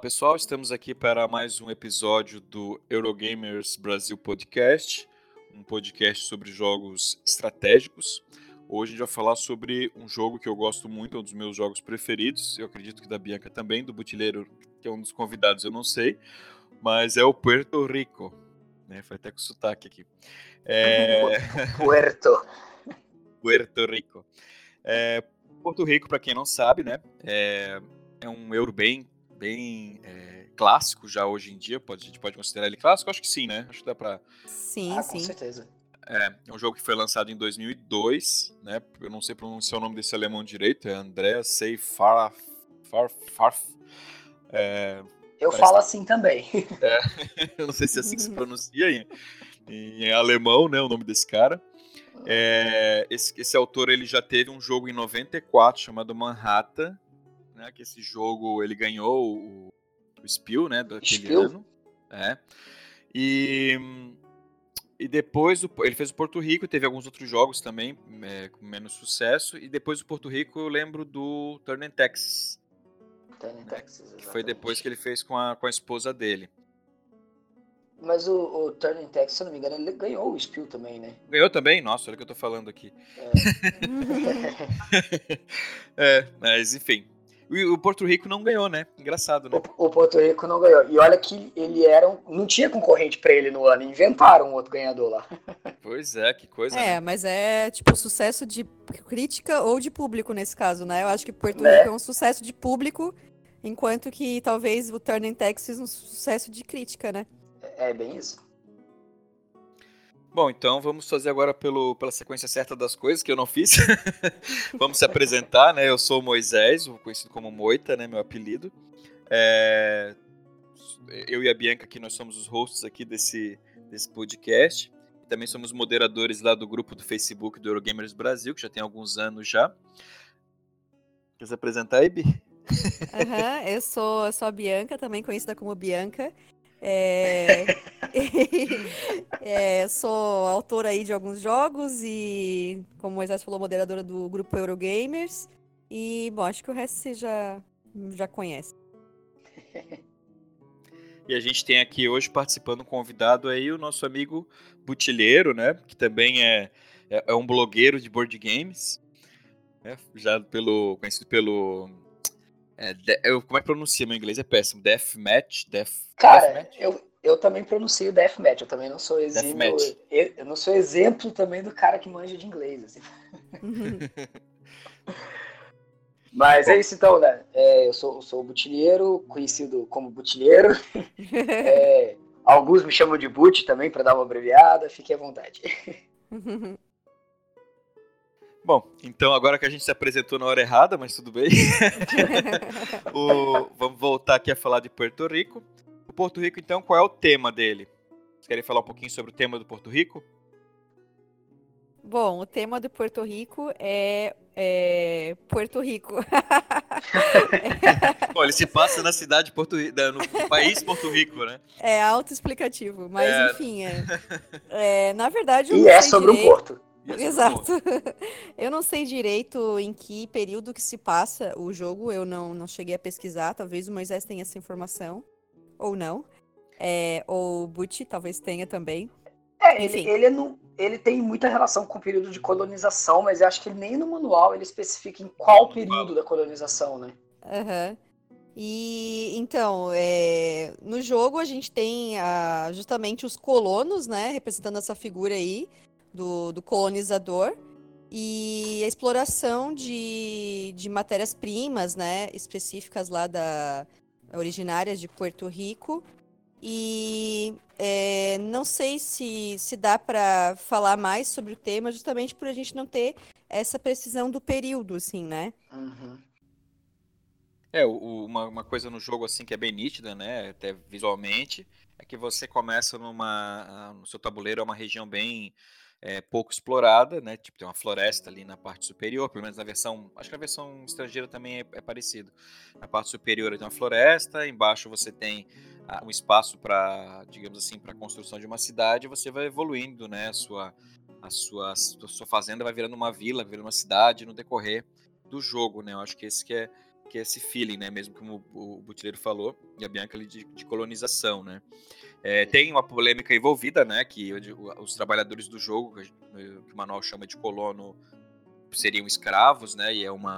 pessoal, estamos aqui para mais um episódio do Eurogamers Brasil Podcast, um podcast sobre jogos estratégicos. Hoje a gente vai falar sobre um jogo que eu gosto muito, é um dos meus jogos preferidos, eu acredito que da Bianca também, do Butileiro, que é um dos convidados, eu não sei, mas é o Puerto Rico, né? Foi até com sotaque aqui. Puerto. Puerto Rico. Porto Rico, para quem não sabe, né, é um euro bem clássico já hoje em dia. A gente pode considerar ele clássico? Acho que sim, né? Acho que dá pra... Sim, Com sim. certeza. É um jogo que foi lançado em 2002, né? Eu não sei pronunciar o nome desse alemão direito, é Andreas Seyfarth. Eu Parece falo assim também. Eu não sei se é assim que se pronuncia em alemão, né? O nome desse cara. Esse autor ele já teve um jogo em 94 chamado Manhattan, né, que esse jogo ele ganhou o Spiel, né, daquele ano. E depois ele fez o Porto Rico, teve alguns outros jogos também com menos sucesso, e depois do Porto Rico eu lembro do Turn 'n Texas. Texas, que foi depois que ele fez com a esposa dele. Mas o Turn 'n Texas, se eu não me engano, ele ganhou o Spiel também, né? Ganhou também? Nossa, olha o que eu tô falando aqui. Mas enfim. O Porto Rico não ganhou, né? Engraçado, né? O Porto Rico não ganhou. E olha que ele não tinha concorrente pra ele no ano. Inventaram um outro ganhador lá. Pois é, que coisa, né? Mas é tipo sucesso de crítica ou de público nesse caso, né? Eu acho que Porto Né? Rico é um sucesso de público, enquanto que talvez o Turn 'n Texas um sucesso de crítica, né? É bem isso. Bom, então vamos fazer agora pela sequência certa das coisas, que eu não fiz. Vamos se apresentar, né? Eu sou o Moisés, conhecido como Moita, né? Meu apelido. Eu e a Bianca aqui, nós somos os hosts aqui desse podcast. Também somos moderadores lá do grupo do Facebook do Eurogamers Brasil, que já tem alguns anos já. Quer se apresentar aí, Bi? Eu sou a Bianca, também conhecida como Bianca. Sou autora aí de alguns jogos e, como o Moisés falou, moderadora do grupo Eurogamers. E, bom, acho que o resto você já conhece. E a gente tem aqui hoje participando um convidado aí, o nosso amigo Butileiro, né? Que também é um blogueiro de board games. Né, já conhecido pelo... como é que pronuncia? Meu inglês é péssimo. Deathmatch? Cara, eu também pronuncio Deathmatch. Eu também não sou exímio. Deathmatch. Eu não sou exemplo também do cara que manja de inglês. Assim. Mas é isso então, né? Eu sou o Butilheiro, conhecido como Butilheiro. Alguns me chamam de But também, para dar uma abreviada. Fique à vontade. Bom, então agora que a gente se apresentou na hora errada, mas tudo bem. Vamos voltar aqui a falar de Porto Rico. O Porto Rico, então, qual é o tema dele? Vocês querem falar um pouquinho sobre o tema do Porto Rico? Bom, o tema do Porto Rico é Porto Rico. Bom, ele se passa na cidade de Porto Rico, no país Porto Rico, né? É autoexplicativo, mas enfim, na verdade eu E não sei sobre direito. um porto. Exato. Eu não sei direito em que período que se passa o jogo, eu não cheguei a pesquisar, talvez o Moisés tenha essa informação, ou não. Ou o Butch talvez tenha também. Enfim. Ele tem muita relação com o período de colonização, mas eu acho que nem no manual ele especifica em qual período da colonização, né? E então, no jogo a gente tem justamente os colonos, né, representando essa figura aí do colonizador e a exploração de matérias-primas, né, específicas lá originárias de Porto Rico. E não sei se dá para falar mais sobre o tema, justamente por a gente não ter essa precisão do período, assim, né? Uhum. Uma coisa no jogo assim que é bem nítida, né, até visualmente, é que você começa no seu tabuleiro é uma região bem pouco explorada, né, tipo tem uma floresta ali na parte superior, pelo menos na versão, acho que na versão estrangeira também é parecido. Na parte superior tem uma floresta, embaixo você tem um espaço para, digamos assim, para a construção de uma cidade, e você vai evoluindo, né, a sua fazenda vai virando uma vila, virando uma cidade no decorrer do jogo, né, eu acho que esse que que é esse feeling, né? Mesmo como o Butileiro falou, e a Bianca ali de colonização, né? Tem uma polêmica envolvida, né? Que os trabalhadores do jogo, que o manual chama de colono, seriam escravos, né?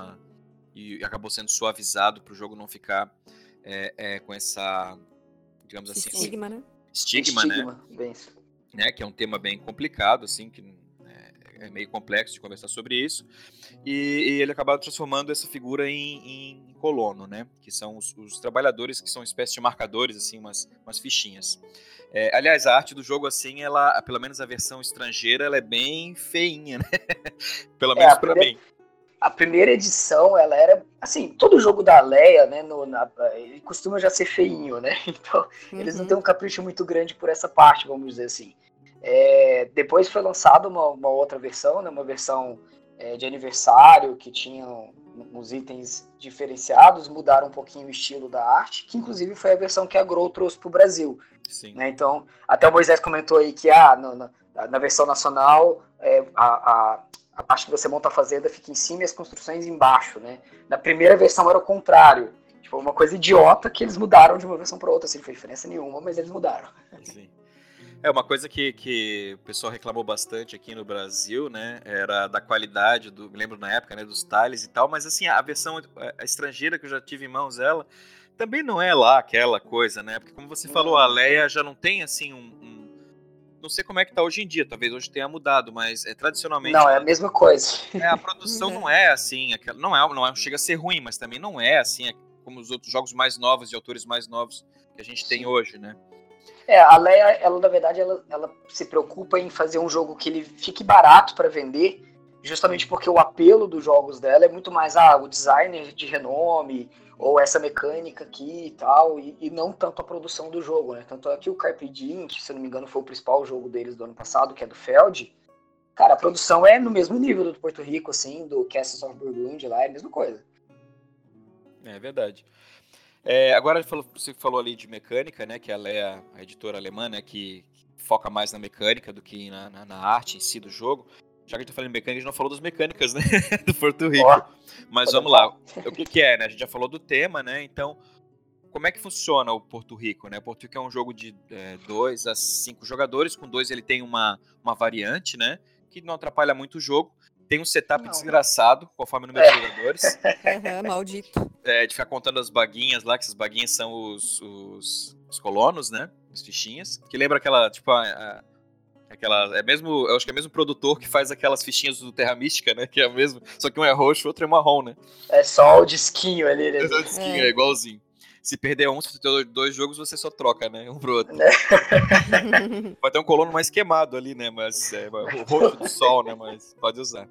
E acabou sendo suavizado para o jogo não ficar com essa, digamos assim, estigma, né? Estigma, né? Bem. Né? Que é um tema bem complicado, assim, que é meio complexo de conversar sobre isso. E ele acaba transformando essa figura em colono, né? Que são os trabalhadores, que são uma espécie de marcadores, assim, umas fichinhas. Aliás, a arte do jogo, assim, ela, pelo menos a versão estrangeira, ela é bem feinha, né? Pelo menos pra mim. A primeira edição, ela era, assim, todo jogo da Leia, né, ele costuma já ser feinho, né? Então, eles não têm um capricho muito grande por essa parte, vamos dizer assim. Depois foi lançada uma outra versão, né, uma versão de aniversário, que tinha uns itens diferenciados, mudaram um pouquinho o estilo da arte, que inclusive foi a versão que a Grow trouxe para o Brasil. Sim. Né? Então, até o Moisés comentou aí que na versão nacional, a parte que você monta a fazenda fica em cima e as construções embaixo, né? Na primeira versão era o contrário. Tipo, uma coisa idiota que eles mudaram de uma versão para outra, assim, não fez diferença nenhuma, mas eles mudaram. Sim. Uma coisa que o pessoal reclamou bastante aqui no Brasil, né, era da qualidade, me lembro na época, né, dos tiles e tal, mas assim, a versão estrangeira que eu já tive em mãos, ela também não é lá aquela coisa, né, porque como você falou, a Leia já não tem, assim, não sei como é que tá hoje em dia, talvez hoje tenha mudado, mas tradicionalmente... Não, é a mesma coisa. A produção não é assim, não chega a ser ruim, mas também não é assim, como os outros jogos mais novos, de autores mais novos que a gente tem hoje, né? A Leia, ela na verdade, ela se preocupa em fazer um jogo que ele fique barato para vender, justamente porque o apelo dos jogos dela é muito mais o designer de renome, ou essa mecânica aqui e tal, e não tanto a produção do jogo, né? Tanto aqui o Carpe Diem, que se eu não me engano foi o principal jogo deles do ano passado, que é do Feld, cara, a produção é no mesmo nível do Porto Rico, assim, do Castles of Burgundy lá, é a mesma coisa. É verdade. Agora você falou ali de mecânica, né? Que ela é a editora alemã, né? Que foca mais na mecânica do que na arte em si do jogo. Já que a gente tá falando de mecânica, a gente não falou das mecânicas, né? Do Porto Rico. Mas vamos lá. O que é, né? A gente já falou do tema, né? Então, como é que funciona o Porto Rico, né? O Porto Rico é um jogo de 2 a 5 jogadores. Com 2 ele tem uma variante, né? Que não atrapalha muito o jogo. Tem um setup desgraçado, conforme o número de jogadores. Maldito. De ficar contando as baguinhas lá, que essas baguinhas são os colonos, né? As fichinhas. Que lembra aquela, tipo, aquela. Eu acho que é o mesmo produtor que faz aquelas fichinhas do Terra Mística, né? Que é o mesmo. Só que um é roxo, o outro é marrom, né? É só o disquinho ali, né? É só o disquinho, é igualzinho. Se perder um, se você ter 2 jogos, você só troca, né? Um pro outro. Vai ter um colono mais queimado ali, né? Mas o roxo do sol, né? Mas pode usar.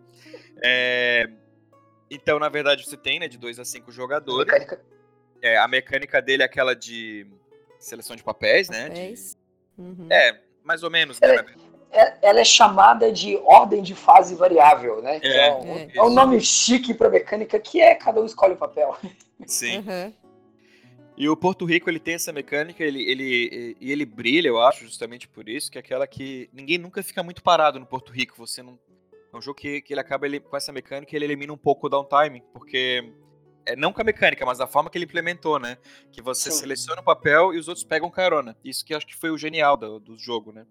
Então, na verdade, você tem, né? De 2 a 5 jogadores. A mecânica dele é aquela de seleção de papéis, né? Uhum. Mais ou menos, né? Ela é chamada de ordem de fase variável, né? É um nome chique para mecânica que cada um escolhe o papel. Sim. Uhum. E o Porto Rico, ele tem essa mecânica, ele brilha, eu acho, justamente por isso, que é aquela que ninguém nunca fica muito parado no Porto Rico. Você não... É um jogo que ele acaba, com essa mecânica, ele elimina um pouco o downtime, porque... não com a mecânica, mas da forma que ele implementou, né? Que você seleciona o papel e os outros pegam carona. Isso que eu acho que foi o genial do jogo, né?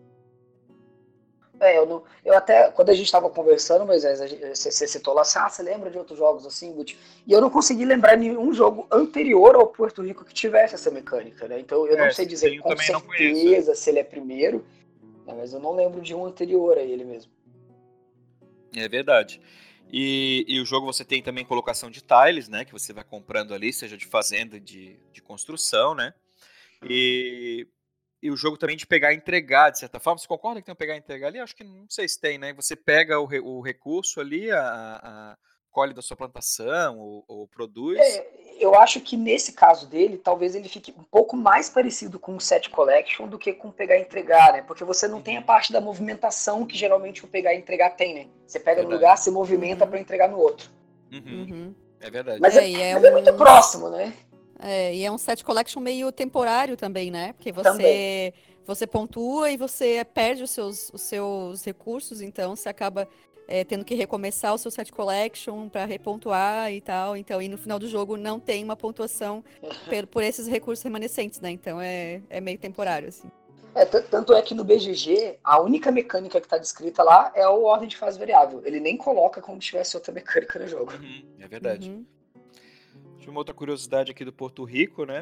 Eu até, quando a gente estava conversando, mas você citou lá, você lembra de outros jogos assim, Guti? E eu não consegui lembrar nenhum jogo anterior ao Porto Rico que tivesse essa mecânica, né? Então eu não sei dizer com certeza se ele é primeiro, né? Mas eu não lembro de um anterior a ele mesmo. É verdade. E o jogo você tem também colocação de tiles, né? Que você vai comprando ali, seja de fazenda, de construção, né? E o jogo também de pegar e entregar, de certa forma. Você concorda que tem um pegar e entregar ali? Acho que não sei se tem, né? Você pega o recurso ali, colhe da sua plantação, ou produz. Eu acho que nesse caso dele, talvez ele fique um pouco mais parecido com o Set Collection do que com pegar e entregar, né? Porque você não tem a parte da movimentação que geralmente o pegar e entregar tem, né? Você pega no lugar, se movimenta para entregar no outro. É verdade. Mas é muito próximo, né? E é um set collection meio temporário também, né? Porque você pontua e você perde os seus recursos, então você acaba tendo que recomeçar o seu set collection para repontuar e tal. Então, e no final do jogo não tem uma pontuação por esses recursos remanescentes, né? Então é meio temporário, assim. Tanto é que no BGG, a única mecânica que está descrita lá é o ordem de fase variável. Ele nem coloca como se tivesse outra mecânica no jogo. É verdade. Uhum. Tinha uma outra curiosidade aqui do Porto Rico, né?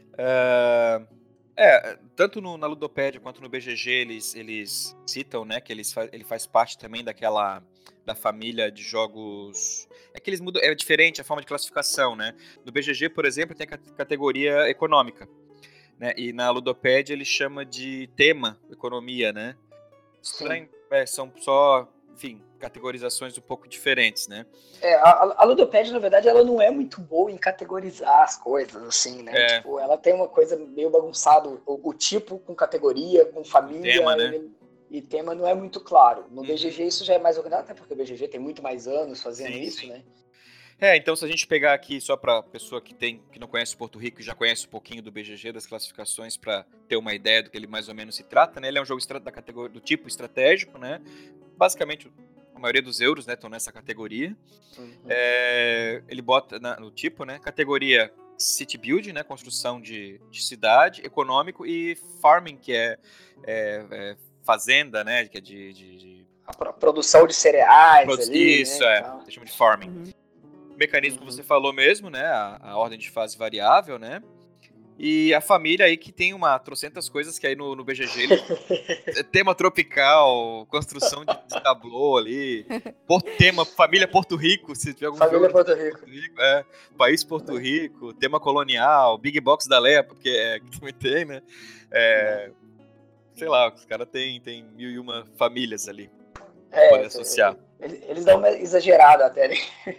Tanto na Ludopédia quanto no BGG eles citam, né, que ele faz parte também da família de jogos. É que eles mudam, é diferente a forma de classificação, né? No BGG, por exemplo, tem a categoria econômica, né? E na Ludopédia ele chama de tema economia, né? Estranho, são só, enfim, categorizações um pouco diferentes, né? A Ludopédia, na verdade, ela não é muito boa em categorizar as coisas, assim, né? Tipo, ela tem uma coisa meio bagunçada, o tipo com categoria, com família, tema, né? E tema não é muito claro. No BGG isso já é mais organizado, até porque o BGG tem muito mais anos fazendo isso, né? Então se a gente pegar aqui só para pessoa que não conhece Porto Rico e já conhece um pouquinho do BGG, das classificações, para ter uma ideia do que ele mais ou menos se trata, né? Ele é um jogo da categoria do tipo estratégico, né? Basicamente a maioria dos euros, né, estão nessa categoria. Ele bota no tipo, né? Categoria city building, né? Construção de cidade, econômico, e farming, que é fazenda, né? Que é a produção de cereais ali, isso, né? Então. Chama de farming. Mecanismo que você falou mesmo, né? A ordem de fase variável, né? E a família aí que tem trocentas coisas que aí no BGG tema tropical, construção de tablô ali, tema família Porto Rico, se tiver algum família jogo Porto Rico. País Porto Rico, tema colonial, Big Box da Leia, porque que também tem, né? Sei lá, os caras tem 1001 famílias ali pra poder associar. Eles dão uma exagerada até, né?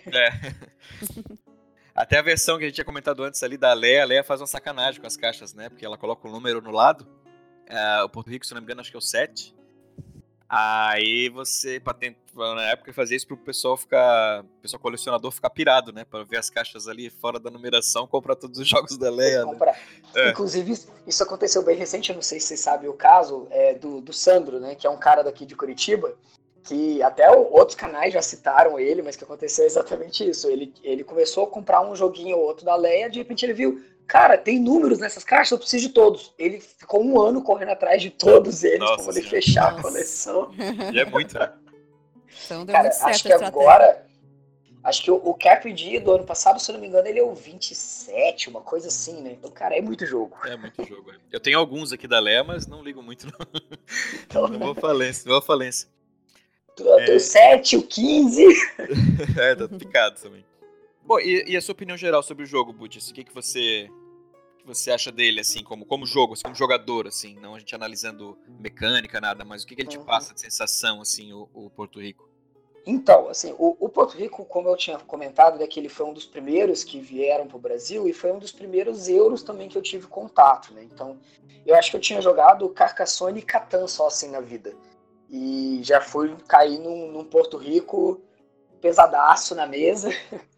Até a versão que a gente tinha comentado antes ali da Leia, a Leia faz uma sacanagem com as caixas, né? Porque ela coloca um número no lado. O Porto Rico, se não me engano, acho que é o 7. Aí você, na época, fazia isso pro pessoal colecionador ficar pirado, né? Pra ver as caixas ali fora da numeração, comprar todos os jogos da Leia. Né? Inclusive, isso aconteceu bem recente, eu não sei se vocês sabem o caso, do Sandro, né? Que é um cara daqui de Curitiba, que até outros canais já citaram ele, mas que aconteceu exatamente isso. Ele começou a comprar um joguinho ou outro da Leia, de repente ele viu, cara, tem números nessas caixas, eu preciso de todos. Ele ficou 1 ano correndo atrás de todos eles para poder fechar a coleção. E é muito, né? Então deu cara, muito certo acho que agora, acho que o Carpe do ano passado, se eu não me engano, ele é o 27, uma coisa assim, né? Então, cara, é muito jogo. É muito jogo. Eu tenho alguns aqui da Leia, mas não ligo muito, não. Então, não vou falência. Tem o 7, o 15. Tá picado também. Bom, e a sua opinião geral sobre o jogo, Butch? O que você acha dele, assim, como jogo, como jogador, assim, não a gente analisando mecânica, nada, mas o que ele te passa de sensação, assim, o Porto Rico? Então, assim, o Porto Rico, como eu tinha comentado, que ele foi um dos primeiros que vieram para o Brasil e foi um dos primeiros euros também que eu tive contato, né? Então, eu acho que eu tinha jogado Carcassonne e Catan só assim na vida. E já fui cair num Porto Rico pesadaço na mesa.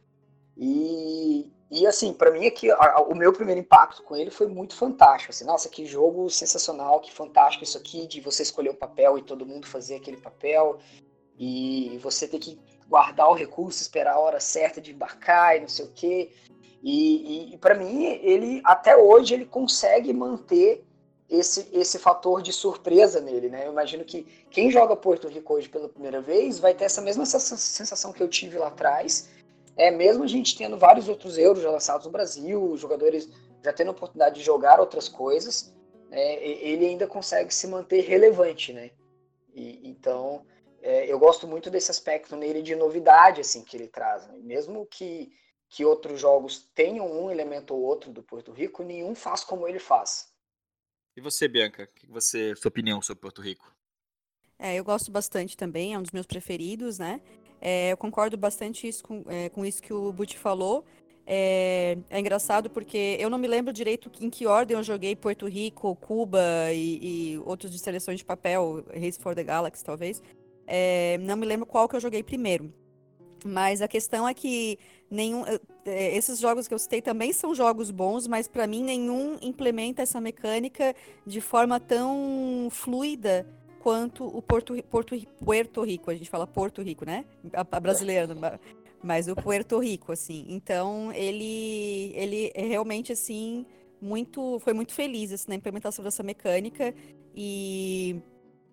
E assim, para mim aqui, o meu primeiro impacto com ele foi muito fantástico. Assim, nossa, que jogo sensacional, que fantástico isso aqui, de você escolher o papel e todo mundo fazer aquele papel. E você ter que guardar o recurso, esperar a hora certa de embarcar e não sei o quê. E para mim, ele até hoje ele consegue manter esse fator de surpresa nele, né? Eu imagino que quem joga Porto Rico hoje pela primeira vez vai ter essa mesma sensação que eu tive lá atrás. Mesmo a gente tendo vários outros euros já lançados no Brasil, jogadores já tendo a oportunidade de jogar outras coisas, ele ainda consegue se manter relevante, né? Então, eu gosto muito desse aspecto nele de novidade assim, que ele traz. Né? Mesmo que outros jogos tenham um elemento ou outro do Porto Rico, nenhum faz como ele faz. E você, Bianca? Sua opinião sobre Porto Rico? Eu gosto bastante também, é um dos meus preferidos, né? Eu concordo bastante com isso que o Butch falou. É engraçado porque eu não me lembro direito em que ordem eu joguei Porto Rico, Cuba e outros de seleções de papel, Race for the Galaxy, talvez. Não me lembro qual que eu joguei primeiro. Mas a questão é que esses jogos que eu citei também são jogos bons, mas para mim nenhum implementa essa mecânica de forma tão fluida quanto o Puerto Rico. A gente fala Porto Rico, né? A brasileira, mas o Puerto Rico, assim. Então, ele é realmente, assim, foi muito feliz assim, na implementação dessa mecânica e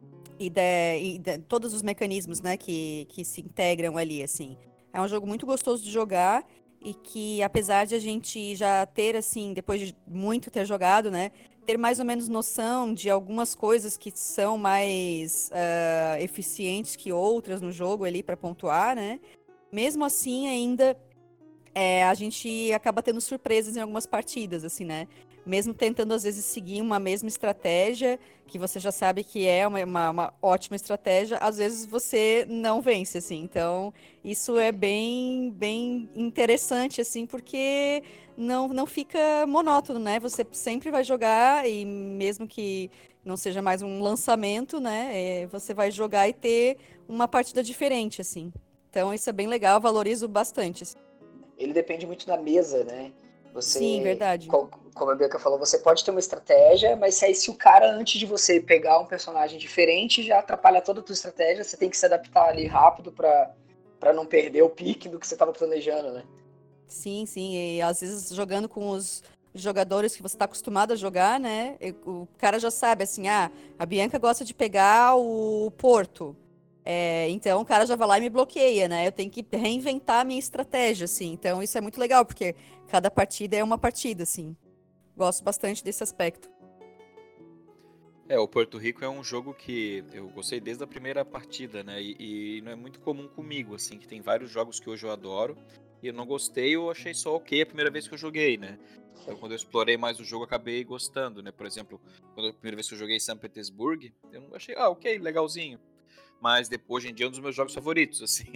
todos os mecanismos, né, que se integram ali, assim. É um jogo muito gostoso de jogar e que, apesar de a gente já ter, assim, depois de muito ter jogado, né, ter mais ou menos noção de algumas coisas que são mais eficientes que outras no jogo ali para pontuar, né, mesmo assim ainda a gente acaba tendo surpresas em algumas partidas, assim, né? Mesmo tentando, às vezes, seguir uma mesma estratégia, que você já sabe que é uma ótima estratégia, às vezes você não vence, assim. Então, isso é bem, bem interessante, assim, porque não fica monótono, né? Você sempre vai jogar, e mesmo que não seja mais um lançamento, né? Você vai jogar e ter uma partida diferente, assim. Então, isso é bem legal, eu valorizo bastante, assim. Ele depende muito da mesa, né? Sim, Você, verdade. como a Bianca falou, você pode ter uma estratégia, mas se o cara, antes de você pegar um personagem diferente, já atrapalha toda a tua estratégia, você tem que se adaptar ali rápido pra não perder o pique do que você tava planejando, né? Sim, sim. E às vezes jogando com os jogadores que você está acostumado a jogar, né? O cara já sabe, assim, a Bianca gosta de pegar o Porto. Então o cara já vai lá e me bloqueia, né? Eu tenho que reinventar a minha estratégia, assim. Então isso é muito legal, porque cada partida é uma partida, assim. Gosto bastante desse aspecto. O Porto Rico é um jogo que eu gostei desde a primeira partida, né? E não é muito comum comigo, assim, que tem vários jogos que hoje eu adoro. E eu não gostei, eu achei só ok a primeira vez que eu joguei, né? Então quando eu explorei mais o jogo, eu acabei gostando, né? Por exemplo, quando a primeira vez que eu joguei São Petersburgo, eu não achei, ok, legalzinho. Mas depois, hoje em dia, é um dos meus jogos favoritos, assim.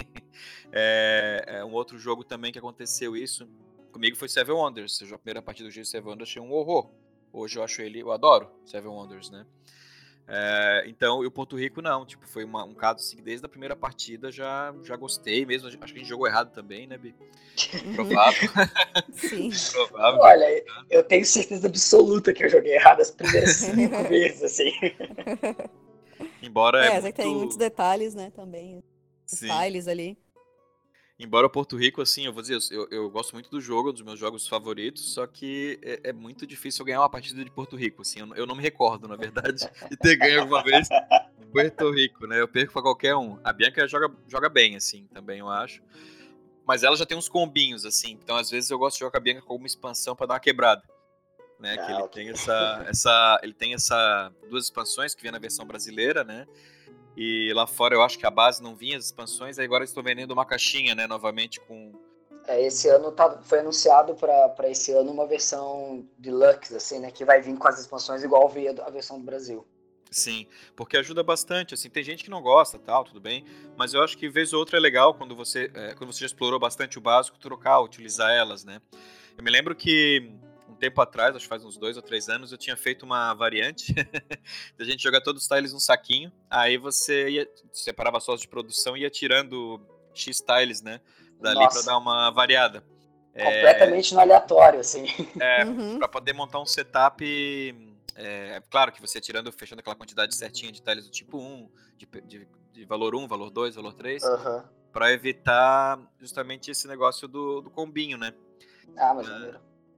Um outro jogo também que aconteceu isso comigo foi Seven Wonders. A primeira partida do jogo Seven Wonders achei um horror. Hoje eu adoro Seven Wonders, né? Então, e o Porto Rico não, tipo, foi um caso assim, que desde a primeira partida já gostei mesmo, acho que a gente jogou errado também, né, Bi? Provável. Sim. Provável. Olha, eu tenho certeza absoluta que eu joguei errado as primeiras 5 vezes, assim. Embora Você tem muitos detalhes, né, também. Os Sim. tiles ali. Embora o Porto Rico, assim, eu vou dizer, eu gosto muito do jogo, é um dos meus jogos favoritos, só que é muito difícil eu ganhar uma partida de Porto Rico, assim, eu não me recordo, na verdade, de ter ganho alguma vez Porto Rico, né, eu perco pra qualquer um. A Bianca joga bem, assim, também, eu acho, mas ela já tem uns combinhos, assim, então às vezes eu gosto de jogar com a Bianca com alguma expansão pra dar uma quebrada, né, que ele Ok. tem ele tem duas expansões que vem na versão brasileira, né, e lá fora eu acho que a base não vinha as expansões, aí agora eles estão vendendo uma caixinha, né, novamente com... Esse ano foi anunciado para esse ano uma versão deluxe, assim, né? Que vai vir com as expansões igual veio a versão do Brasil. Sim, porque ajuda bastante, assim, tem gente que não gosta, tal, tudo bem, mas eu acho que vez ou outra é legal quando você já explorou bastante o básico, trocar, utilizar elas, né? Eu me lembro que um tempo atrás, acho que faz uns 2 ou 3 anos, eu tinha feito uma variante da gente jogar todos os tiles num saquinho, aí você separava só os de produção e ia tirando X tiles, né, dali pra dar uma variada. Completamente no aleatório, assim. Pra poder montar um setup... claro que você fechando aquela quantidade certinha de tiles do tipo 1, de valor 1, valor 2, valor 3, pra evitar justamente esse negócio do combinho, né? Mas maneiro.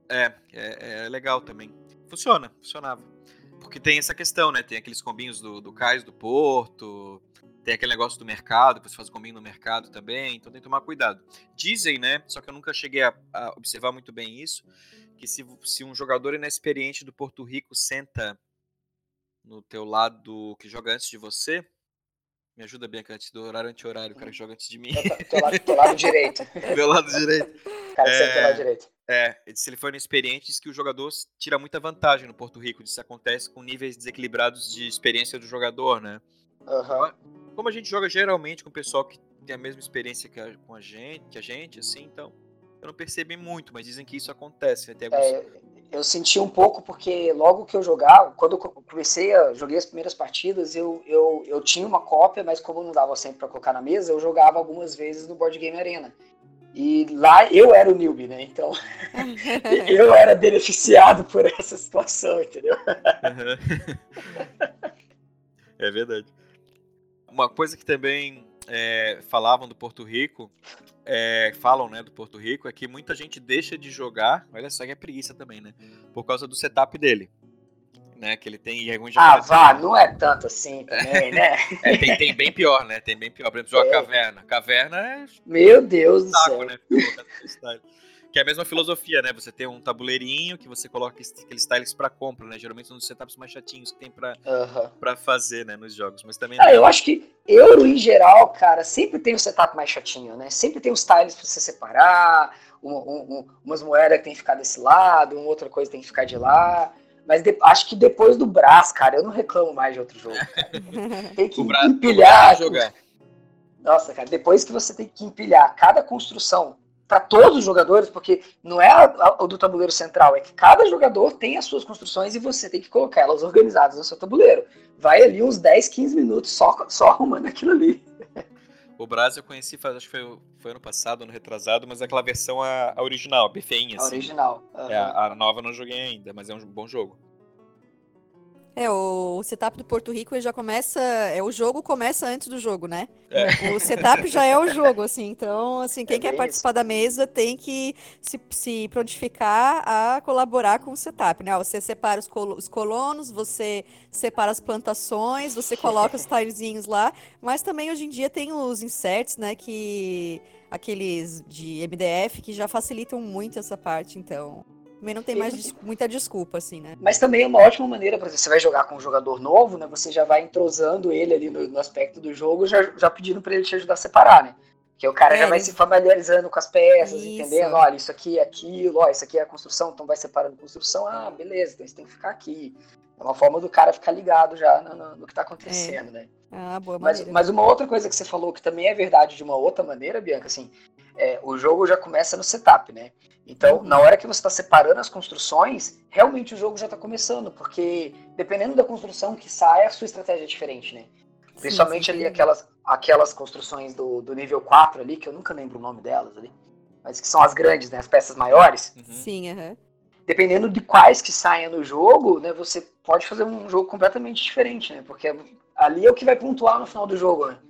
É legal também. Funcionava. Porque tem essa questão, né? Tem aqueles combinhos do cais do porto, tem aquele negócio do mercado, que você faz combinho no mercado também, então tem que tomar cuidado. Dizem, né? Só que eu nunca cheguei a observar muito bem isso, que se um jogador inexperiente do Porto Rico senta no teu lado que joga antes de você, me ajuda, Bianca, antes do horário anti-horário, o cara que joga antes de mim. Teu lado direito. Meu lado direito. O cara que senta teu lado direito. Se ele for inexperiente, diz que o jogador tira muita vantagem no Porto Rico. Isso acontece com níveis desequilibrados de experiência do jogador, né? Como a gente joga geralmente com o pessoal que tem a mesma experiência que a gente, assim, então eu não percebi muito, mas dizem que isso acontece. Né? Tem alguns... Eu senti um pouco porque logo que eu jogava, quando eu joguei as primeiras partidas, eu tinha uma cópia, mas como não dava sempre para colocar na mesa, eu jogava algumas vezes no Board Game Arena. E lá eu era o newbie, né? Então eu era beneficiado por essa situação, entendeu? É verdade. Uma coisa que também falavam do Porto Rico, falam, né, do Porto Rico, é que muita gente deixa de jogar, olha só que é preguiça também, né, por causa do setup dele, né, que ele tem, e alguns japoneses... não é tanto assim também, né? Tem bem pior, né, tem bem pior, por exemplo, joga Caverna é... Meu Deus do céu. Né, que é a mesma filosofia, né? Você tem um tabuleirinho que você coloca aqueles tiles pra compra, né? Geralmente são os setups mais chatinhos que tem pra fazer, né, nos jogos. Mas também... eu acho que Euro, em geral, cara, sempre tem um setup mais chatinho, né? Sempre tem os tiles pra você separar, umas moedas que tem que ficar desse lado, uma outra coisa tem que ficar de lá. Mas acho que depois do Brás, cara, eu não reclamo mais de outro jogo, cara. Tem que empilhar... jogar. Nossa, cara, depois que você tem que empilhar cada construção para todos os jogadores, porque não é o do tabuleiro central, é que cada jogador tem as suas construções e você tem que colocar elas organizadas no seu tabuleiro. Vai ali uns 10, 15 minutos só arrumando aquilo ali. O Brás eu conheci, acho que foi ano passado, ano retrasado, mas aquela versão a original, bem feinha. A original. A nova eu não joguei ainda, mas é um bom jogo. O setup do Porto Rico ele já começa. O jogo começa antes do jogo, né? O setup já é o jogo, assim. Então, assim, quem quer participar da mesa tem que se prontificar a colaborar com o setup, né? Você separa os colonos, você separa as plantações, você coloca os tilezinhos lá, mas também hoje em dia tem os inserts, né? Aqueles de MDF que já facilitam muito essa parte, então. Também não tem mais muita desculpa, assim, né? Mas também é uma ótima maneira, por exemplo, você vai jogar com um jogador novo, né? Você já vai entrosando ele ali no aspecto do jogo, já pedindo pra ele te ajudar a separar, né? Porque o cara já vai se familiarizando com as peças, entendendo? Olha, isso aqui é aquilo, isso aqui é a construção, então vai separando a construção. Ah, beleza, então isso tem que ficar aqui. É uma forma do cara ficar ligado já no que tá acontecendo, né? Ah, boa maneira. Mas uma outra coisa que você falou, que também é verdade de uma outra maneira, Bianca, assim, o jogo já começa no setup, né? Então, na hora que você está separando as construções, realmente o jogo já está começando, porque dependendo da construção que sai, a sua estratégia é diferente, né? Principalmente ali aquelas construções do nível 4 ali, que eu nunca lembro o nome delas ali, mas que são as grandes, né? As peças maiores. Sim, Dependendo de quais que saem no jogo, né? Você pode fazer um jogo completamente diferente, né? Porque ali é o que vai pontuar no final do jogo, né?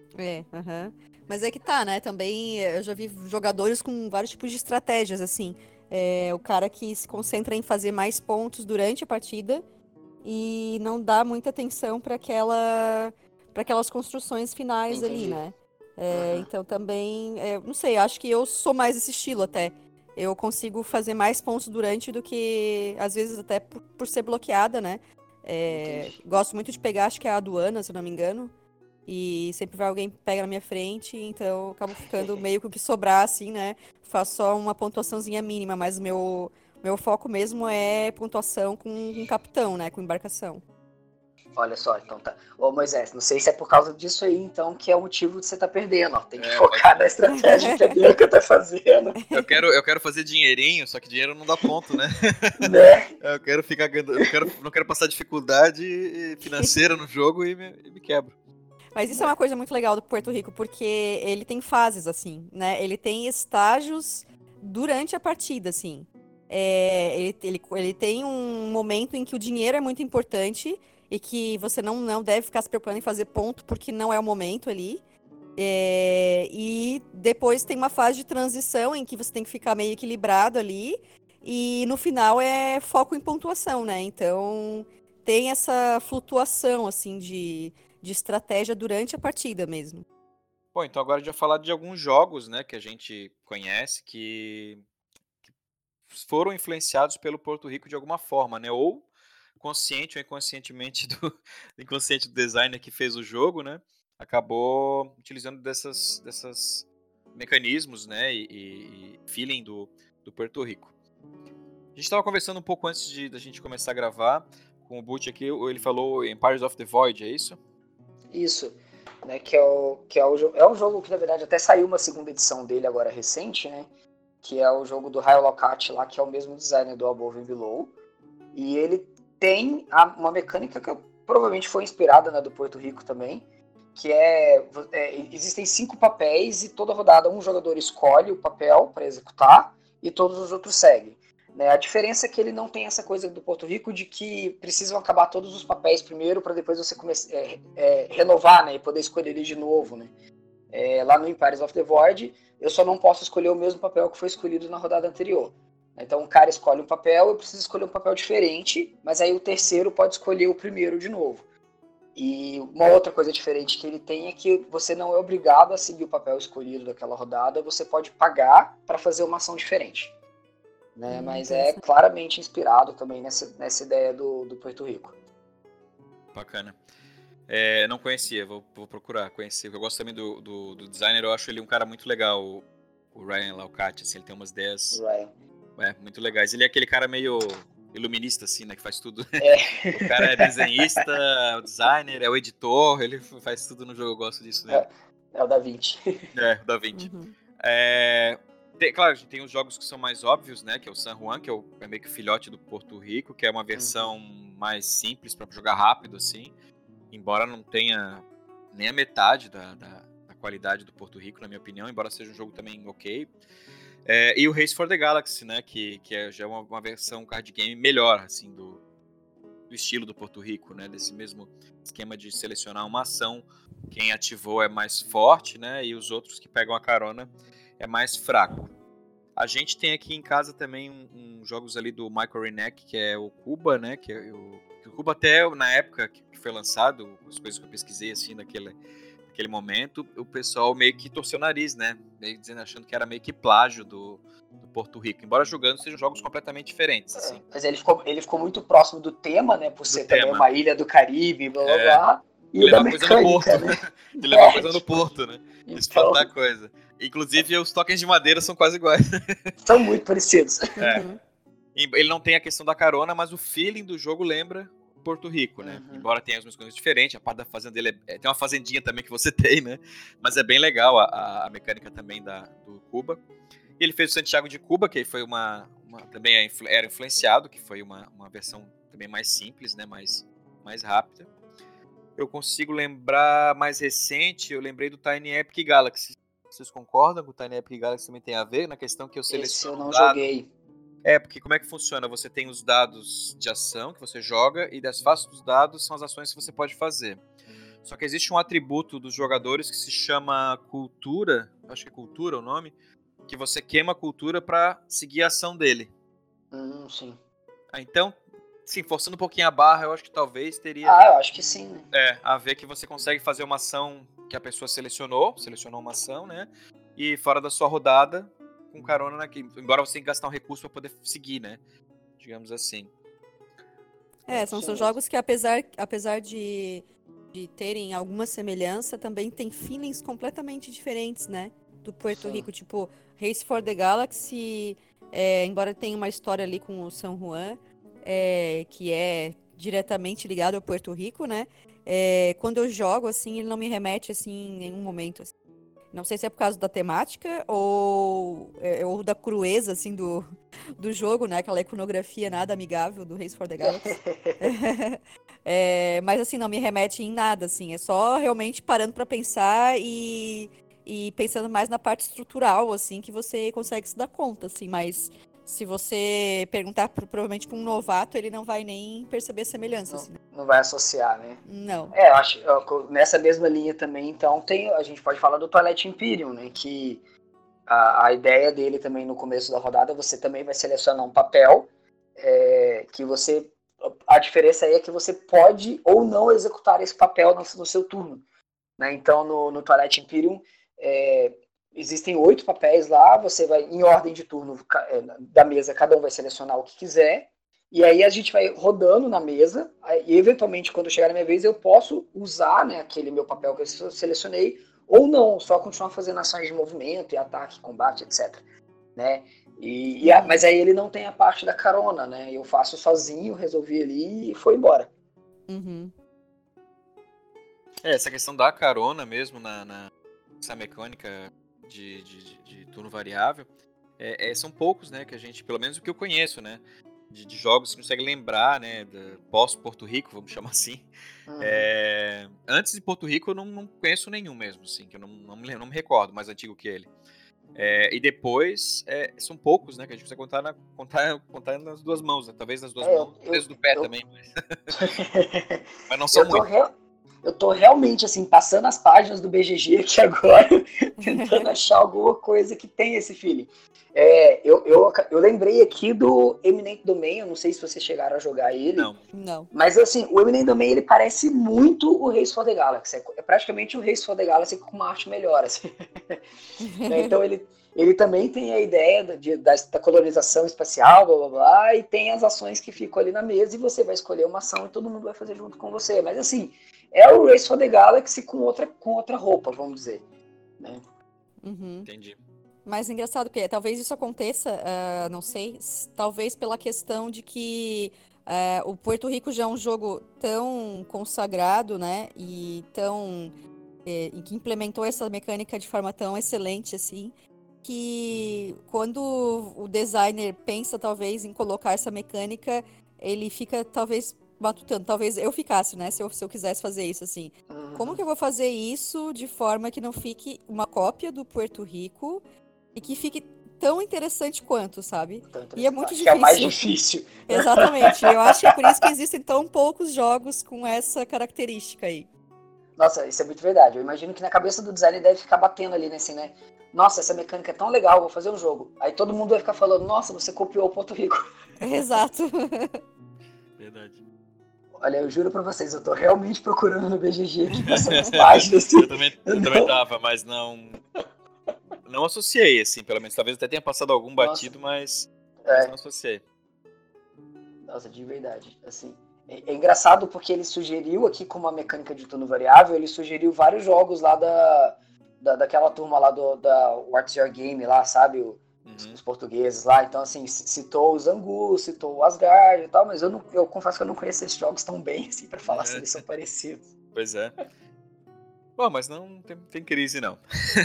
Mas é que tá, né? Também eu já vi jogadores com vários tipos de estratégias, assim. O cara que se concentra em fazer mais pontos durante a partida e não dá muita atenção para aquelas construções finais. Entendi. Ali, né? Então também, não sei, acho que eu sou mais esse estilo até. Eu consigo fazer mais pontos durante do que, às vezes, até por ser bloqueada, né? Gosto muito de pegar, acho que é a aduana, se eu não me engano. E sempre vai alguém pega na minha frente, então eu acabo ficando meio que o que sobrar, assim, né? Faço só uma pontuaçãozinha mínima, mas meu foco mesmo é pontuação com capitão, né? Com embarcação. Olha só, então tá. Ô Moisés, não sei se é por causa disso aí, então, que é o motivo de você estar perdendo, ó. Tem que focar na estratégia que a Bianca tá fazendo. Eu quero fazer dinheirinho, só que dinheiro não dá ponto, né? Né? Eu quero ficar ganhando, não quero passar dificuldade financeira no jogo e me quebro. Mas isso é uma coisa muito legal do Porto Rico, porque ele tem fases, assim, né? Ele tem estágios durante a partida, assim. Ele tem um momento em que o dinheiro é muito importante e que você não deve ficar se preocupando em fazer ponto, porque não é o momento ali. E depois tem uma fase de transição em que você tem que ficar meio equilibrado ali. E no final é foco em pontuação, né? Então tem essa flutuação, assim, de estratégia durante a partida mesmo. Bom, então agora a gente vai falar de alguns jogos, né, que a gente conhece que foram influenciados pelo Porto Rico de alguma forma, né, ou consciente ou inconscientemente inconsciente do designer que fez o jogo, né, acabou utilizando dessas mecanismos, né, e feeling do Porto Rico. A gente estava conversando um pouco antes da gente começar a gravar com o Butch aqui, ele falou Empires of the Void, é isso? Isso, né, que é um jogo que, na verdade, até saiu uma segunda edição dele agora recente, né, que é o jogo do Ryo Locati lá, que é o mesmo designer do Above and Below, e ele tem uma mecânica que provavelmente foi inspirada na do Porto Rico também, que existem 5 papéis e toda rodada um jogador escolhe o papel para executar e todos os outros seguem. né? A diferença é que ele não tem essa coisa do Porto Rico de que precisam acabar todos os papéis primeiro para depois você renovar, né? E poder escolher ele de novo, né? Lá no Empires of the Void, eu só não posso escolher o mesmo papel que foi escolhido na rodada anterior. Então o cara escolhe um papel, eu preciso escolher um papel diferente, mas aí o terceiro pode escolher o primeiro de novo. E uma outra coisa diferente que ele tem é que você não é obrigado a seguir o papel escolhido daquela rodada, você pode pagar para fazer uma ação diferente. Né? Mas é claramente inspirado também nessa ideia do Porto Rico. Bacana. Não conhecia, vou procurar conhecer. Eu gosto também do designer, eu acho ele um cara muito legal, o Ryan Laukat, assim, ele tem umas ideias muito legais. Ele é aquele cara meio iluminista, assim, né, que faz tudo. O cara é desenhista, é o designer, é o editor, ele faz tudo no jogo, eu gosto disso dele. É o Da Vinci. O Da Vinci. Uhum. Claro, a gente tem os jogos que são mais óbvios, né, que é o San Juan, que é meio que o filhote do Porto Rico, que é uma versão mais simples para jogar rápido, assim, embora não tenha nem a metade da qualidade do Porto Rico, na minha opinião, embora seja um jogo também ok. E o Race for the Galaxy, né, que já é uma versão card game melhor, assim, do estilo do Porto Rico, né, desse mesmo esquema de selecionar uma ação, quem ativou é mais forte, né, e os outros que pegam a carona é mais fraco. A gente tem aqui em casa também jogos ali do Michael Renek, que é o Cuba, né, que o Cuba até na época que foi lançado, as coisas que eu pesquisei assim naquele momento, o pessoal meio que torceu o nariz, né? Meio achando que era meio que plágio do Porto Rico, embora jogando sejam jogos completamente diferentes. Assim. Mas ele ficou muito próximo do tema, né? Por ser também uma ilha do Caribe, blá blá blá. E levar coisa no porto, né? De levar coisa no porto, né? Então... Espantar coisa. Inclusive, os tokens de madeira são quase iguais. São muito parecidos. Ele não tem a questão da carona, mas o feeling do jogo lembra Porto Rico, né? Embora tenha algumas coisas diferentes, a parte da fazenda dele tem uma fazendinha também que você tem, né? Mas é bem legal a mecânica também do Cuba. E ele fez o Santiago de Cuba, que foi também era influenciado, que foi uma versão também mais simples, né? Mais rápida. Eu consigo lembrar mais recente, eu lembrei do Tiny Epic Galaxy. Vocês concordam que o Tiny Epic Galaxy também tem a ver na questão que eu seleciono? Esse eu não joguei. Porque como é que funciona? Você tem os dados de ação que você joga e das faces dos dados são as ações que você pode fazer. Só que existe um atributo dos jogadores que se chama cultura, acho que é cultura o nome, que você queima a cultura para seguir a ação dele. Sim. Então, sim, forçando um pouquinho a barra, eu acho que talvez teria... eu acho que sim, né? A ver que você consegue fazer uma ação que a pessoa selecionou uma ação, né? E fora da sua rodada... com carona naquilo, embora você tenha que gastar um recurso para poder seguir, né? Digamos assim. São jogos que apesar de terem alguma semelhança, também tem feelings completamente diferentes, né? Do Porto Rico, tipo, Race for the Galaxy, embora tenha uma história ali com o San Juan, que é diretamente ligado ao Porto Rico, né? Quando eu jogo, assim, ele não me remete, assim, em nenhum momento, assim. Não sei se é por causa da temática ou da crueza, assim, do jogo, né? Aquela iconografia nada amigável do Race for the Galaxy. Mas, assim, não me remete em nada, assim. É só realmente parando para pensar e pensando mais na parte estrutural, assim, que você consegue se dar conta, assim. Mas se você perguntar provavelmente para um novato, ele não vai nem perceber a semelhança. Assim. Não vai associar, né? Não. Eu acho nessa mesma linha também, então, a gente pode falar do Twilight Imperium, né? Que a ideia dele também no começo da rodada, você também vai selecionar um papel que você... A diferença aí é que você pode ou não executar esse papel no seu turno. Né? Então, no Twilight Imperium, existem 8 papéis lá, você vai, em ordem de turno da mesa, cada um vai selecionar o que quiser, e aí a gente vai rodando na mesa, e eventualmente, quando chegar na minha vez, eu posso usar, né, aquele meu papel que eu selecionei, ou não, só continuar fazendo ações de movimento, e ataque, combate, etc. Né? Mas aí ele não tem a parte da carona, né? Eu faço sozinho, resolvi ali e foi embora. Essa questão da carona mesmo, essa mecânica de turno variável, são poucos, né, que a gente, pelo menos o que eu conheço, né, de jogos que consegue lembrar, né, pós-Porto Rico, vamos chamar assim. Antes de Porto Rico eu não conheço nenhum mesmo, assim, que eu não me recordo, mais antigo que ele. E depois, são poucos, né? Que a gente precisa contar nas duas mãos, né? Talvez nas duas mãos, talvez do pé também, mas não são muitos. Eu tô realmente, assim, passando as páginas do BGG aqui agora, tentando achar alguma coisa que tenha esse feeling. Eu lembrei aqui do Eminent Domain, eu não sei se vocês chegaram a jogar ele. Não. Mas, assim, o Eminent Domain, ele parece muito o Race for the Galaxy. É praticamente o Race for the Galaxy com uma arte melhor, assim. Então, ele também tem a ideia da colonização espacial, blá, blá, blá, e tem as ações que ficam ali na mesa e você vai escolher uma ação e todo mundo vai fazer junto com você. Mas, assim, é o Race for the Galaxy com outra roupa, vamos dizer. Né? Entendi. Mas engraçado que talvez isso aconteça, não sei, talvez pela questão de que o Porto Rico já é um jogo tão consagrado, né, e que implementou essa mecânica de forma tão excelente assim, que quando o designer pensa talvez em colocar essa mecânica, ele fica talvez matutando, talvez eu ficasse, né, se eu quisesse fazer isso assim. Como que eu vou fazer isso de forma que não fique uma cópia do Porto Rico e que fique tão interessante quanto, sabe? E é muito difícil. Que é o mais difícil. Exatamente. Eu acho que é por isso que existem tão poucos jogos com essa característica aí. Nossa, isso é muito verdade. Eu imagino que na cabeça do designer deve ficar batendo ali, né, assim, né? Nossa, essa mecânica é tão legal, vou fazer um jogo. Aí todo mundo vai ficar falando, nossa, você copiou o Porto Rico. Exato. Verdade. Olha, eu juro pra vocês, eu tô realmente procurando no BGG aqui, passando as páginas. Assim. Eu também tava, mas não associei, assim, pelo menos. Talvez até tenha passado algum batido, mas não associei. Nossa, de verdade, assim. É engraçado porque ele sugeriu aqui com uma mecânica de turno variável, ele sugeriu vários jogos lá daquela turma lá da What's Your Game lá, sabe? Os portugueses lá. Então, assim, citou o Zangu, citou o Asgard e tal, mas eu confesso que eu não conheço esses jogos tão bem, assim, pra falar se eles são parecidos. Pois é. Bom, mas não tem crise, não.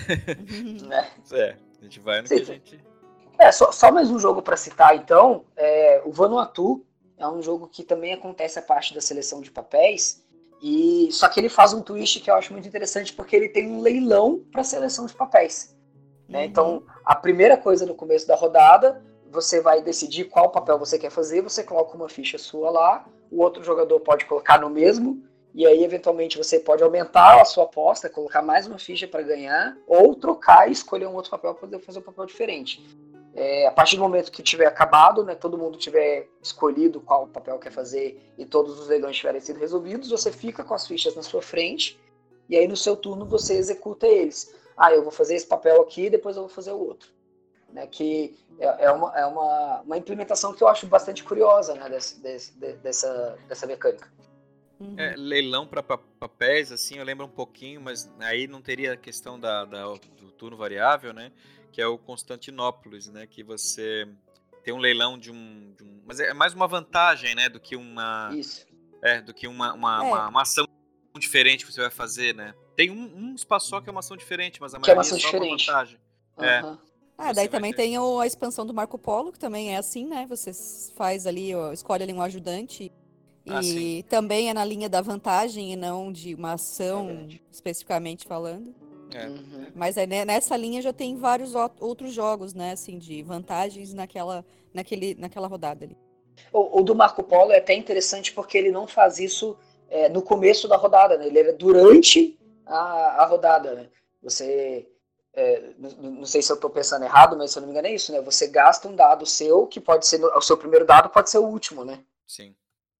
A gente vai no que a gente... Só mais um jogo pra citar, então. O Vanuatu é um jogo que também acontece a parte da seleção de papéis, só que ele faz um twist que eu acho muito interessante, porque ele tem um leilão para seleção de papéis. Né? Então, a primeira coisa no começo da rodada, você vai decidir qual papel você quer fazer, você coloca uma ficha sua lá, o outro jogador pode colocar no mesmo, e aí, eventualmente, você pode aumentar a sua aposta, colocar mais uma ficha para ganhar, ou trocar e escolher um outro papel para poder fazer um papel diferente. A partir do momento que tiver acabado, né, todo mundo tiver escolhido qual papel quer fazer e todos os leilões tiverem sido resolvidos, você fica com as fichas na sua frente e aí no seu turno você executa eles. Eu vou fazer esse papel aqui e depois eu vou fazer o outro. Né, que é uma implementação que eu acho bastante curiosa, né, dessa mecânica. Leilão para papéis, assim, eu lembro um pouquinho, mas aí não teria a questão do turno variável, né? Que é o Constantinópolis, né? Que você tem um leilão de um... Mas é mais uma vantagem, né? Do que uma... Isso. Do que uma ação diferente que você vai fazer, né? Tem um espaço só que é uma ação diferente, mas a maioria é só uma vantagem. Daí também tem a expansão do Marco Polo, que também é assim, né? Você faz ali, escolhe ali um ajudante e também é na linha da vantagem e não de uma ação especificamente falando. Mas nessa linha já tem vários outros jogos, né, assim, de vantagens naquela rodada ali. O do Marco Polo é até interessante porque ele não faz isso no começo da rodada, né? Ele é durante a rodada, né? Você... não sei se eu estou pensando errado, mas se eu não me engano é isso, né? Você gasta um dado seu, que pode ser o seu primeiro dado, pode ser o último, né? Sim.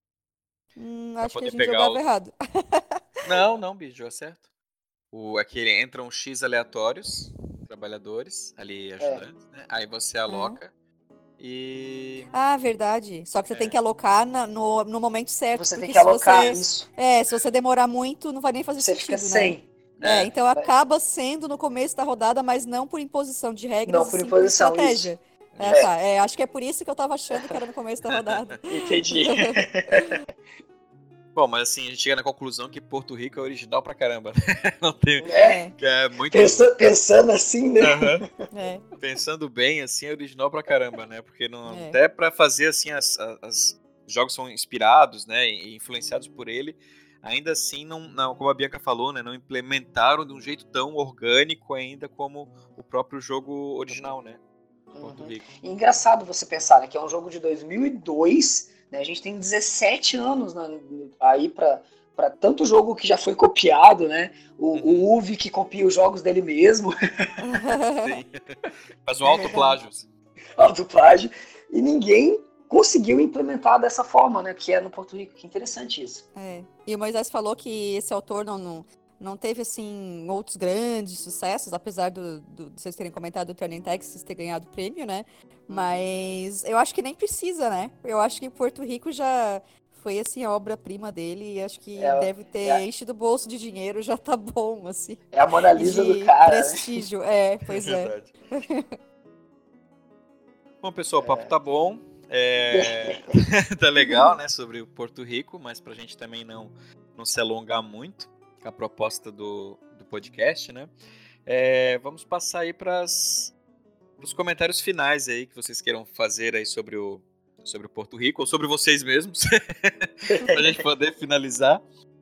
Acho que a gente jogava errado. Não, bicho, jogou certo. Aqui entram X aleatórios, trabalhadores, ali ajudantes, né? Aí você aloca e... verdade. Só que você tem que alocar no momento certo. Você tem que alocar isso. Se você demorar muito, não vai nem fazer você sentido, fica sem. Né? Então acaba sendo no começo da rodada, mas não por imposição de regras, não por imposição, por estratégia. Acho que é por isso que eu tava achando que era no começo da rodada. Entendi. Bom, mas assim, a gente chega na conclusão que Porto Rico é original pra caramba. Não tem... Que é muito... Pensando assim, né? Pensando bem, assim, é original pra caramba, né? Porque até pra fazer, assim, os jogos são inspirados, né? E influenciados por ele. ainda assim, não, como a Bianca falou, né, não implementaram de um jeito tão orgânico ainda como o próprio jogo original, né? Porto Rico. E engraçado você pensar, né, que é um jogo de 2002, né, a gente tem 17 anos aí para tanto jogo que já foi copiado, né? O Uvi que copia os jogos dele mesmo. Sim. Faz um autoplágio. Autoplágio. E ninguém conseguiu implementar dessa forma, né? Que é no Porto Rico. Que interessante isso. E o Moisés falou que esse autor não teve, assim, outros grandes sucessos, apesar de vocês terem comentado do Turning Texas ter ganhado o prêmio, né? Mas eu acho que nem precisa, né? Eu acho que Porto Rico já foi, assim, a obra-prima dele e acho que deve ter enchido o bolso de dinheiro, já tá bom, assim. É a Mona Lisa do cara, prestígio, pois é. Bom, pessoal, o papo tá bom. Tá legal, né, sobre o Porto Rico, mas pra gente também não se alongar muito com a proposta do podcast, né? Vamos passar aí para os comentários finais aí que vocês queiram fazer aí sobre o Porto Rico, ou sobre vocês mesmos, pra gente poder finalizar.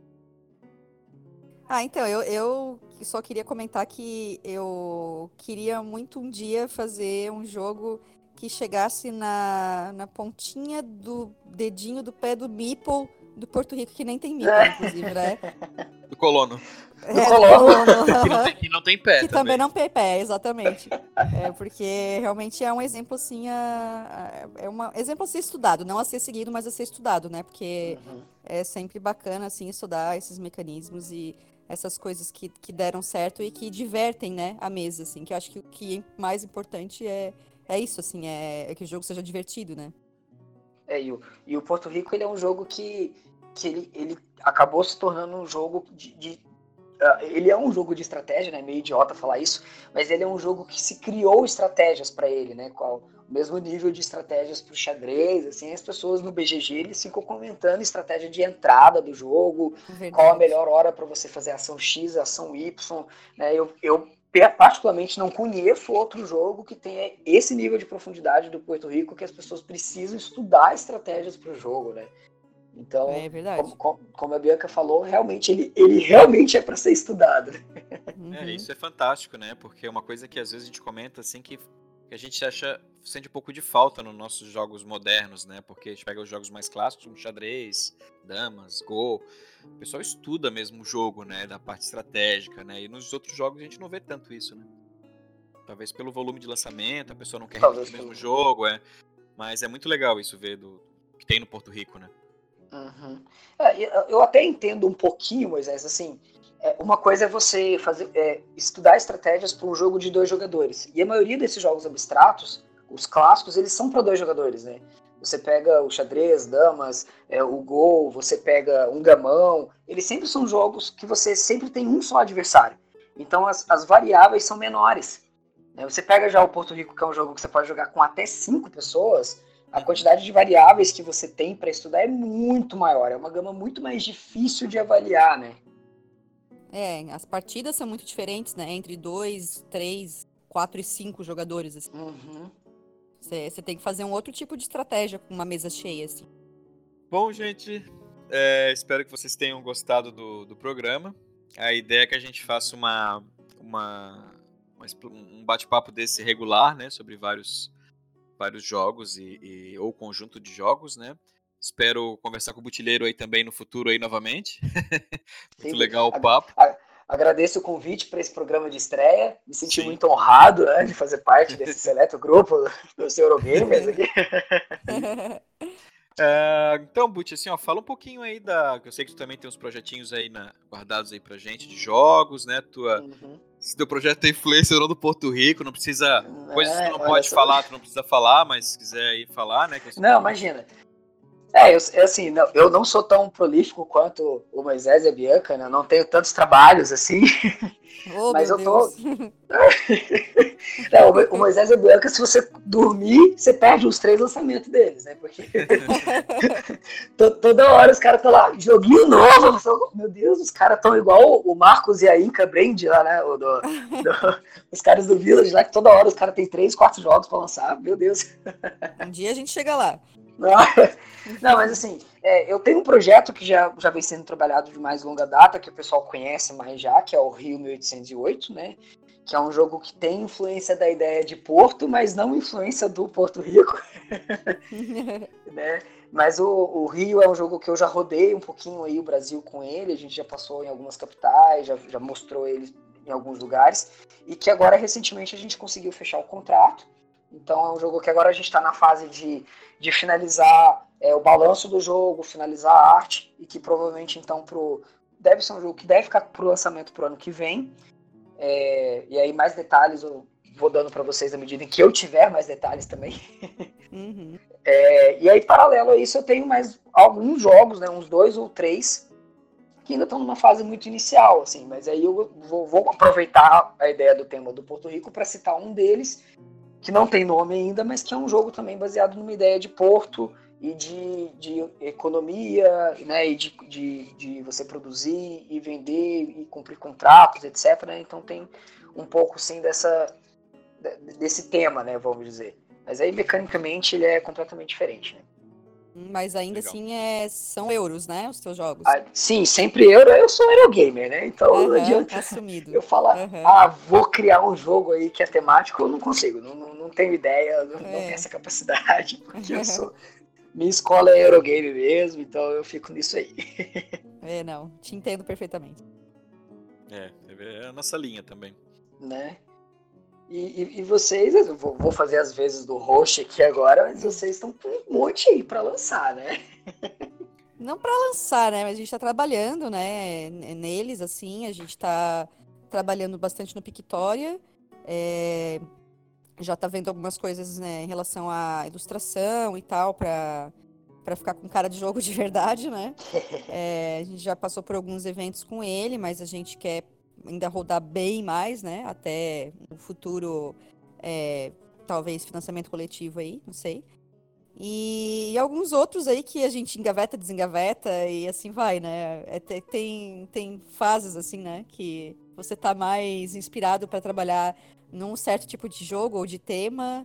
Então, eu só queria comentar que eu queria muito um dia fazer um jogo que chegasse na pontinha do dedinho do pé do meeple do Porto Rico, que nem tem meeple, inclusive, né? Do colono. Do colono. Que não tem pé. Que também não tem pé, exatamente. Porque realmente é um exemplo, assim, exemplo a ser estudado, não a ser seguido, mas a ser estudado, né? Porque é sempre bacana, assim, estudar esses mecanismos e essas coisas que deram certo e que divertem, né, a mesa, assim, que eu acho que o que é mais importante é isso, assim, é que o jogo seja divertido, né? E o Porto Rico, ele é um jogo que ele acabou se tornando um jogo ele é um jogo de estratégia, né? Meio idiota falar isso, mas ele é um jogo que se criou estratégias para ele, né? Qual o mesmo nível de estratégias para o xadrez, assim, as pessoas no BGG eles ficam comentando estratégia de entrada do jogo, qual a melhor hora para você fazer ação X, ação Y, né? Eu particularmente não conheço outro jogo que tenha esse nível de profundidade do Porto Rico, que as pessoas precisam estudar estratégias para o jogo, né? Então, como a Bianca falou, realmente ele realmente é para ser estudado. Isso é fantástico, né? Porque é uma coisa que às vezes a gente comenta assim que a gente sente um pouco de falta nos nossos jogos modernos, né? Porque a gente pega os jogos mais clássicos, como xadrez, damas, Go, o pessoal estuda mesmo o jogo, né? Da parte estratégica, né? E nos outros jogos a gente não vê tanto isso, né? Talvez pelo volume de lançamento, a pessoa não quer repetir o mesmo jogo, mas é muito legal isso ver do que tem no Porto Rico, né? Eu até entendo um pouquinho, Moisés, assim, uma coisa é você estudar estratégias para um jogo de 2 jogadores, e a maioria desses jogos abstratos, os clássicos, eles são para 2 jogadores, né? Você pega o xadrez, damas, o Go, você pega um gamão, eles sempre são jogos que você sempre tem um só adversário, então as variáveis são menores, né? Você pega já o Porto Rico, que é um jogo que você pode jogar com até 5 pessoas, a quantidade de variáveis que você tem para estudar é muito maior, é uma gama muito mais difícil de avaliar, né? As partidas são muito diferentes, né? Entre 2, 3, 4 e 5 jogadores, assim. Você tem que fazer um outro tipo de estratégia com uma mesa cheia, assim. Bom, gente, espero que vocês tenham gostado do programa. A ideia é que a gente faça um bate-papo desse regular, né? Sobre vários jogos ou conjunto de jogos, né? Espero conversar com o Butileiro aí também no futuro aí novamente. Muito legal o papo. Agradeço o convite para esse programa de estreia. Me senti muito honrado, né, de fazer parte desse seleto grupo dos Eurogamers aqui. Então, Buti, assim, fala um pouquinho aí eu sei que tu também tem uns projetinhos aí guardados aí pra gente de jogos, né? Se teu projeto tem influência ou não do Porto Rico, não precisa. Coisas que tu não pode falar, tu não precisa falar, mas se quiser aí falar, né? Não, imagina. Eu não sou tão prolífico quanto o Moisés e a Bianca, né? Não tenho tantos trabalhos assim. Mas eu tô. O Moisés e a Bianca, se você dormir, você perde os 3 lançamentos deles, né? Porque toda hora os caras estão lá, joguinho novo. Meu Deus, os caras estão igual o Marcos e a Inca Brand lá, né? Os caras do Village lá, que toda hora os caras têm 3, 4 jogos pra lançar. Meu Deus. Um dia a gente chega lá. Não, mas assim, Eu tenho um projeto que já vem sendo trabalhado de mais longa data, que o pessoal conhece mais já, que é o Rio 1808, né? Que é um jogo que tem influência da ideia de Porto, mas não influência do Porto Rico, né? Mas o Rio é um jogo que eu já rodei um pouquinho aí o Brasil com ele, a gente já passou em algumas capitais, já mostrou ele em alguns lugares, e que agora recentemente a gente conseguiu fechar o contrato. Então é um jogo que agora a gente está na fase de finalizar o balanço do jogo, finalizar a arte, e que provavelmente então deve ser um jogo que deve ficar para o lançamento para o ano que vem. E aí mais detalhes eu vou dando para vocês à medida em que eu tiver mais detalhes também. Uhum. E aí, paralelo a isso, eu tenho mais alguns jogos, né, uns 2 ou 3, que ainda estão numa fase muito inicial, assim, mas aí eu vou aproveitar a ideia do tema do Porto Rico para citar um deles, que não tem nome ainda, mas que é um jogo também baseado numa ideia de porto e de economia, né, e de você produzir e vender e cumprir contratos, etc. Né? Então tem um pouco, sim, desse tema, né, vamos dizer. Mas aí, mecanicamente, ele é completamente diferente, né? Mas ainda Legal. assim são euros, né? Os teus jogos. Sim, sempre euro. Eu sou Eurogamer, né? Então não adianta assumido. eu falar, vou criar um jogo aí que é temático, eu não consigo. Não tenho ideia, não tenho essa capacidade, porque minha escola é Eurogamer mesmo, então eu fico nisso aí. Não, te entendo perfeitamente. É a nossa linha também. Né? E vocês, eu vou fazer as vezes do host aqui agora, mas vocês estão com um monte aí pra lançar, né? Não para lançar, né? Mas a gente tá trabalhando, né? Neles, assim, a gente tá trabalhando bastante no Pictoria. Já tá vendo algumas coisas, né, em relação à ilustração e tal, pra ficar com cara de jogo de verdade, né? A gente já passou por alguns eventos com ele, mas a gente quer ainda rodar bem mais, né? Até no futuro, talvez financiamento coletivo aí, não sei. E alguns outros aí que a gente engaveta, desengaveta e assim vai, né? Tem fases assim, né? Que você tá mais inspirado para trabalhar num certo tipo de jogo ou de tema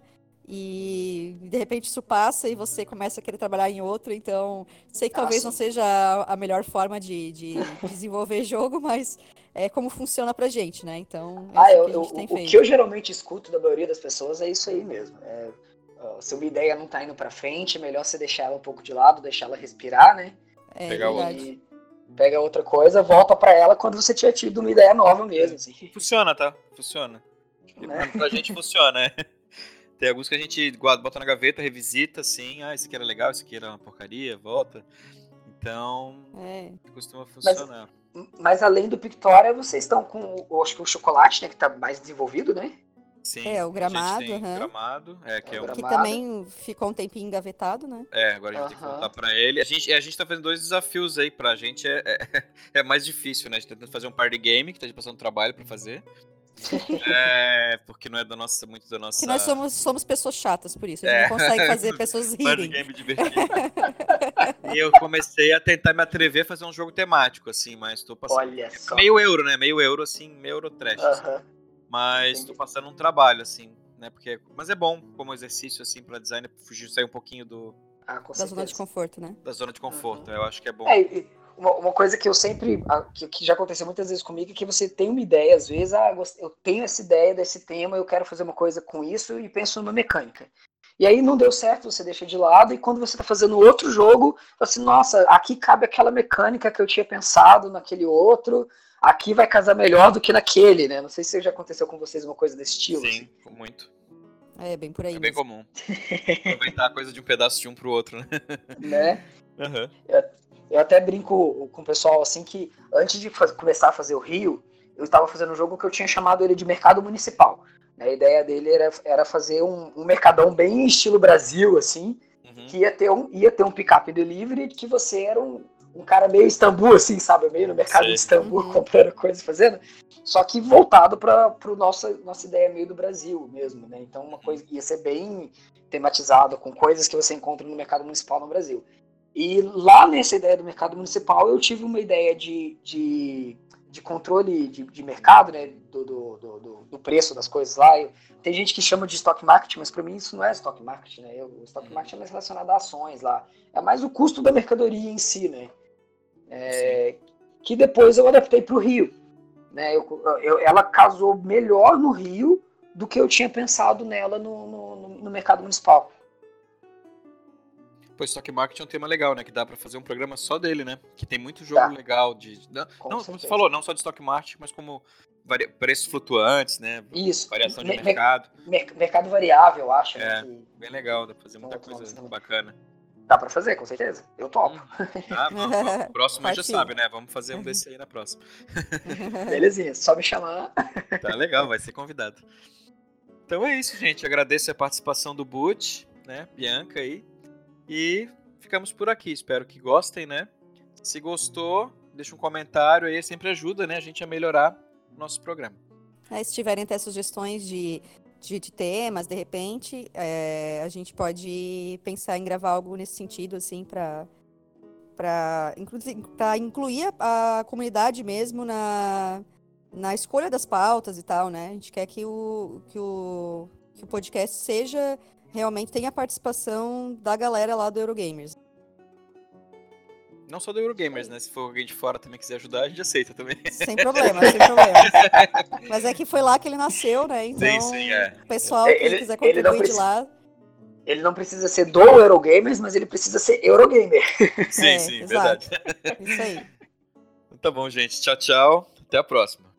e de repente isso passa e você começa a querer trabalhar em outro. Então, sei que talvez não seja a melhor forma de desenvolver jogo, mas é como funciona pra gente, né? Então, é assim que a gente tem feito. O que eu geralmente escuto da maioria das pessoas é isso aí mesmo. Se uma ideia não tá indo pra frente, é melhor você deixar ela um pouco de lado, deixar ela respirar, né? Pegar verdade. Pega outra coisa, volta pra ela quando você tiver tido uma ideia nova mesmo. Assim. Funciona, tá? Funciona. Né? Pra gente funciona, né? Tem alguns que a gente bota na gaveta, revisita, assim, isso aqui era legal, isso aqui era uma porcaria, volta. Então, costuma funcionar. Mas além do Pictoria, vocês estão com, acho que o chocolate, né, que tá mais desenvolvido, né? Sim, o Gramado. A gente tem Gramado, que é que também ficou um tempinho engavetado, né? Agora a gente tem que voltar pra ele. A gente tá fazendo 2 desafios aí, pra gente é mais difícil, né? A gente tá tentando fazer um party game, que tá passando trabalho pra fazer. Porque não é muito da nossa... Que nós somos pessoas chatas, por isso. A gente não consegue fazer pessoas rirem. Party game divertido. E eu comecei a tentar me atrever a fazer um jogo temático, assim, mas tô passando... Olha só. Meio euro, né? Meio euro, assim, meio euro trash. Assim. Mas tô passando um trabalho, assim, né? Mas é bom como exercício, assim, pra designer, sair um pouquinho da zona de conforto, né? Da zona de conforto, eu acho que é bom. Uma coisa que eu sempre, que já aconteceu muitas vezes comigo, é que você tem uma ideia, às vezes, eu tenho essa ideia desse tema, eu quero fazer uma coisa com isso e penso numa mecânica. E aí não deu certo, você deixa de lado, e quando você está fazendo outro jogo, você assim, nossa, aqui cabe aquela mecânica que eu tinha pensado naquele outro, aqui vai casar melhor do que naquele, né? Não sei se já aconteceu com vocês uma coisa desse estilo. Sim, assim. muito. É bem por aí. É bem comum. Aproveitar a coisa de um pedaço de um pro outro, né? Né? Uhum. Eu até brinco com o pessoal assim que antes de começar a fazer o Rio, eu estava fazendo um jogo que eu tinha chamado ele de Mercado Municipal. A ideia dele era fazer um mercadão bem estilo Brasil, assim, que ia ter um pick-up delivery que você era um cara meio Istambul, assim, sabe? Meio no mercado de Istambul, comprando coisas, fazendo. Só que voltado para nossa ideia meio do Brasil mesmo, né? Então uma coisa ia ser bem tematizado com coisas que você encontra no mercado municipal no Brasil. E lá nessa ideia do mercado municipal eu tive uma ideia de de controle de mercado, né, do preço das coisas lá. Tem gente que chama de stock market, mas para mim isso não é stock market, né? O stock market é mais relacionado a ações lá. É mais o custo da mercadoria em si, né? Que depois eu adaptei para o Rio. Né? Ela casou melhor no Rio do que eu tinha pensado nela no mercado municipal. Pois, Stock Market é um tema legal, né? Que dá pra fazer um programa só dele, né? Que tem muito jogo legal não, como você falou, não só de Stock Market, mas como preços flutuantes, né? Isso. Variação de mercado. Mercado variável, eu acho. Bem legal, dá pra fazer muita coisa bacana. Dá pra fazer, com certeza. Eu topo. Vamos. Próximo já sabe, né? Vamos fazer um desse aí na próxima. Belezinha, só me chamar. Tá legal, vai ser convidado. Então é isso, gente. Agradeço a participação do Butch, né? Bianca aí. E ficamos por aqui. Espero que gostem, né? Se gostou, deixa um comentário aí. Sempre ajuda, né? A gente a melhorar o nosso programa. Se tiverem até sugestões de temas, de repente, a gente pode pensar em gravar algo nesse sentido, assim, para incluir a comunidade mesmo na escolha das pautas e tal, né? A gente quer que o podcast realmente tenha a participação da galera lá do Eurogamers. Não só do Eurogamers, né? Se for alguém de fora também quiser ajudar, a gente aceita também. Sem problema, sem problema. Mas é que foi lá que ele nasceu, né? Então, sim, o pessoal que quiser contribuir de lá... Ele não precisa ser do Eurogamers, mas ele precisa ser Eurogamer. Sim, verdade. Isso aí. Tá bom, gente. Tchau, tchau. Até a próxima.